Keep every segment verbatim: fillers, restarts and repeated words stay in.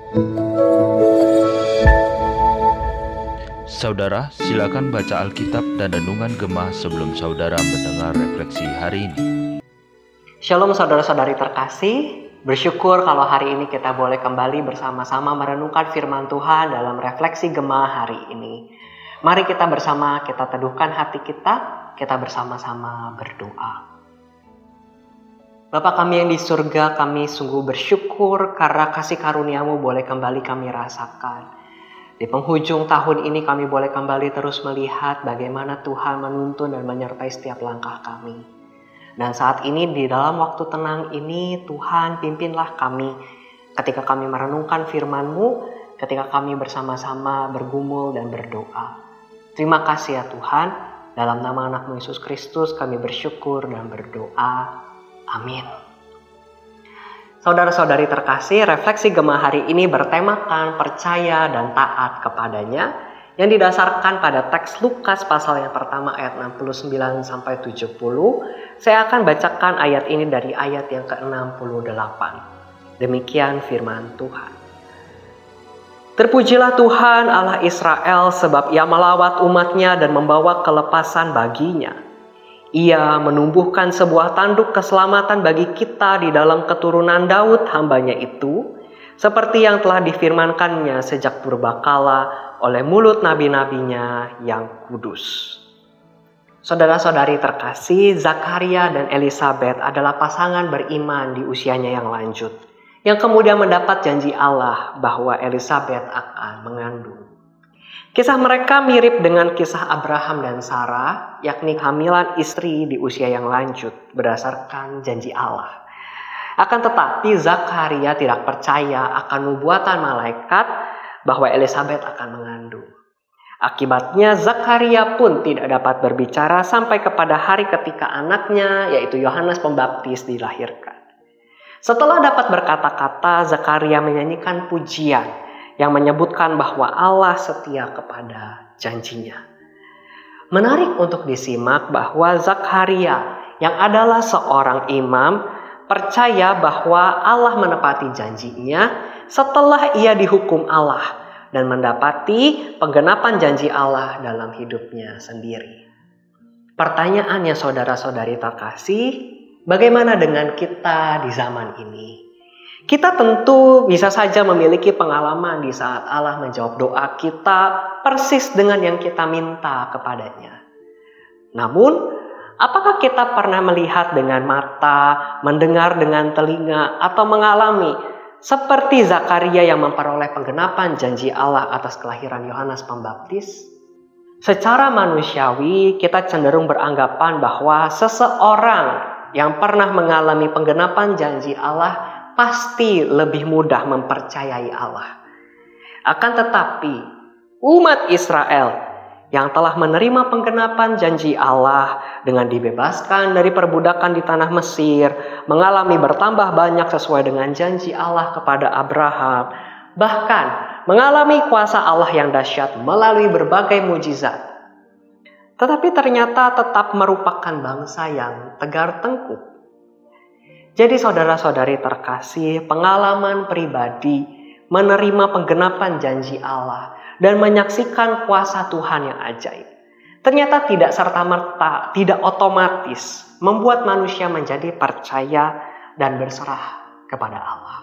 Saudara, silakan baca Alkitab dan Renungan Gemah sebelum saudara mendengar refleksi hari ini. Shalom saudara-saudari terkasih, bersyukur kalau hari ini kita boleh kembali bersama-sama merenungkan firman Tuhan dalam refleksi Gemah hari ini. Mari kita bersama, kita teduhkan hati kita, kita bersama-sama berdoa. Bapa kami yang di surga, kami sungguh bersyukur karena kasih karunia-Mu boleh kembali kami rasakan. Di penghujung tahun ini kami boleh kembali terus melihat bagaimana Tuhan menuntun dan menyertai setiap langkah kami. Dan saat ini di dalam waktu tenang ini Tuhan pimpinlah kami ketika kami merenungkan firman-Mu, ketika kami bersama-sama bergumul dan berdoa. Terima kasih ya Tuhan, dalam nama anak-Mu Yesus Kristus kami bersyukur dan berdoa. Amin. Saudara-saudari terkasih, refleksi Gemah hari ini bertemakan percaya dan taat kepadanya yang didasarkan pada teks Lukas pasal yang pertama ayat enam puluh sembilan sampai tujuh puluh. Saya akan bacakan ayat ini dari ayat yang ke enam puluh delapan. Demikian firman Tuhan. Terpujilah Tuhan Allah Israel sebab Ia melawat umatnya dan membawa kelepasan baginya. Ia menumbuhkan sebuah tanduk keselamatan bagi kita di dalam keturunan Daud hambanya itu, seperti yang telah difirmankannya sejak purbakala oleh mulut nabi-nabinya yang kudus. Saudara-saudari terkasih, Zakaria dan Elisabet adalah pasangan beriman di usianya yang lanjut, yang kemudian mendapat janji Allah bahwa Elisabet akan mengandung. Kisah mereka mirip dengan kisah Abraham dan Sarah, yakni kehamilan istri di usia yang lanjut berdasarkan janji Allah. Akan tetapi Zakaria tidak percaya akan nubuatan malaikat bahwa Elisabet akan mengandung. Akibatnya Zakaria pun tidak dapat berbicara sampai kepada hari ketika anaknya yaitu Yohanes Pembaptis dilahirkan. Setelah dapat berkata-kata, Zakaria menyanyikan pujian yang menyebutkan bahwa Allah setia kepada janjinya. Menarik untuk disimak bahwa Zakaria yang adalah seorang imam percaya bahwa Allah menepati janjinya setelah ia dihukum Allah dan mendapati penggenapan janji Allah dalam hidupnya sendiri. Pertanyaannya saudara-saudari terkasih, bagaimana dengan kita di zaman ini? Kita tentu bisa saja memiliki pengalaman di saat Allah menjawab doa kita persis dengan yang kita minta kepadanya. Namun, apakah kita pernah melihat dengan mata, mendengar dengan telinga, atau mengalami seperti Zakaria yang memperoleh penggenapan janji Allah atas kelahiran Yohanes Pembaptis? Secara manusiawi, kita cenderung beranggapan bahwa seseorang yang pernah mengalami penggenapan janji Allah pasti lebih mudah mempercayai Allah. Akan tetapi, umat Israel yang telah menerima penggenapan janji Allah dengan dibebaskan dari perbudakan di tanah Mesir, mengalami bertambah banyak sesuai dengan janji Allah kepada Abraham, bahkan mengalami kuasa Allah yang dahsyat melalui berbagai mujizat. Tetapi ternyata tetap merupakan bangsa yang tegar tengkuk. Jadi saudara-saudari terkasih, pengalaman pribadi menerima penggenapan janji Allah dan menyaksikan kuasa Tuhan yang ajaib ternyata tidak serta-merta, tidak otomatis membuat manusia menjadi percaya dan berserah kepada Allah.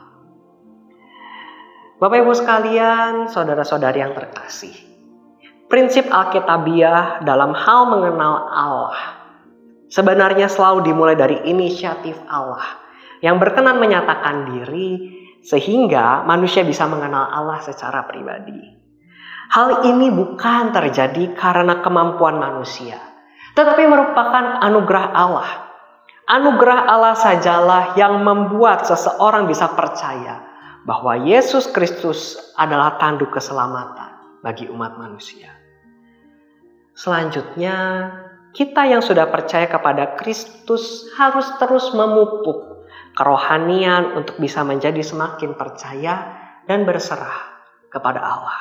Bapak Ibu sekalian, saudara-saudari yang terkasih, prinsip Alkitabiah dalam hal mengenal Allah sebenarnya selalu dimulai dari inisiatif Allah yang berkenan menyatakan diri sehingga manusia bisa mengenal Allah secara pribadi. Hal ini bukan terjadi karena kemampuan manusia, tetapi merupakan anugerah Allah. Anugerah Allah sajalah yang membuat seseorang bisa percaya bahwa Yesus Kristus adalah tanduk keselamatan bagi umat manusia. Selanjutnya, kita yang sudah percaya kepada Kristus harus terus memupuk kerohanian untuk bisa menjadi semakin percaya dan berserah kepada Allah.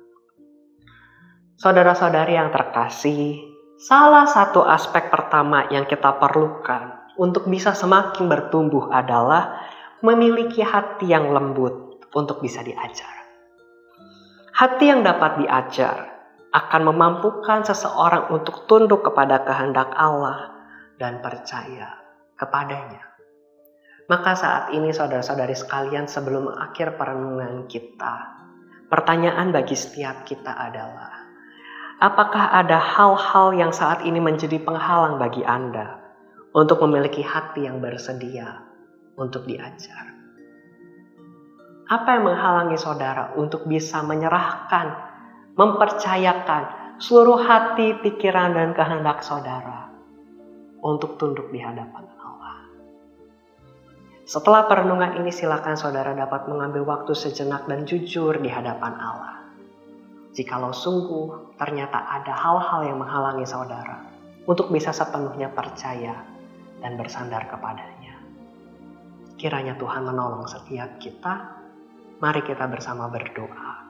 Saudara-saudari yang terkasih, salah satu aspek pertama yang kita perlukan untuk bisa semakin bertumbuh adalah memiliki hati yang lembut untuk bisa diajar. Hati yang dapat diajar akan memampukan seseorang untuk tunduk kepada kehendak Allah dan percaya kepadanya. Maka saat ini saudara-saudari sekalian, sebelum akhir perenungan kita, pertanyaan bagi setiap kita adalah, apakah ada hal-hal yang saat ini menjadi penghalang bagi Anda untuk memiliki hati yang bersedia untuk diajar? Apa yang menghalangi saudara untuk bisa menyerahkan, mempercayakan seluruh hati, pikiran, dan kehendak saudara untuk tunduk di hadapan Allah? Setelah perenungan ini, silakan saudara dapat mengambil waktu sejenak dan jujur di hadapan Allah. Jikalau sungguh ternyata ada hal-hal yang menghalangi saudara untuk bisa sepenuhnya percaya dan bersandar kepadanya, kiranya Tuhan menolong setiap kita. Mari kita bersama berdoa.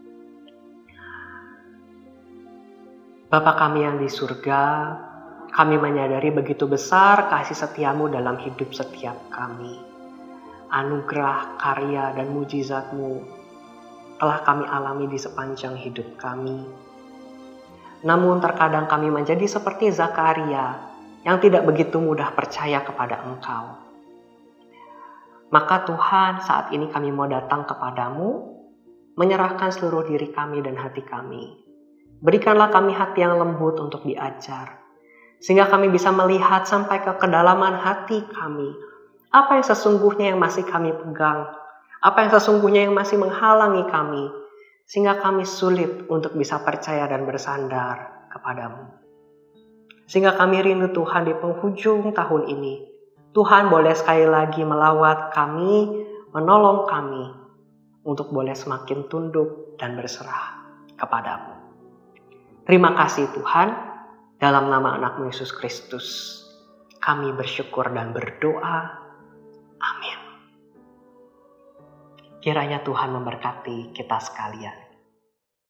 Bapa kami yang di surga, kami menyadari begitu besar kasih setiamu dalam hidup setiap kami. Anugerah, karya, dan mujizatmu telah kami alami di sepanjang hidup kami. Namun terkadang kami menjadi seperti Zakaria yang tidak begitu mudah percaya kepada Engkau. Maka Tuhan, saat ini kami mau datang kepadamu, menyerahkan seluruh diri kami dan hati kami. Berikanlah kami hati yang lembut untuk diajar, sehingga kami bisa melihat sampai ke kedalaman hati kami. Apa yang sesungguhnya yang masih kami pegang, apa yang sesungguhnya yang masih menghalangi kami, sehingga kami sulit untuk bisa percaya dan bersandar kepadamu. Sehingga kami rindu Tuhan di penghujung tahun ini, Tuhan boleh sekali lagi melawat kami, menolong kami untuk boleh semakin tunduk dan berserah kepadamu. Terima kasih Tuhan, dalam nama anak-Mu Yesus Kristus, kami bersyukur dan berdoa. Amin. Kiranya Tuhan memberkati kita sekalian.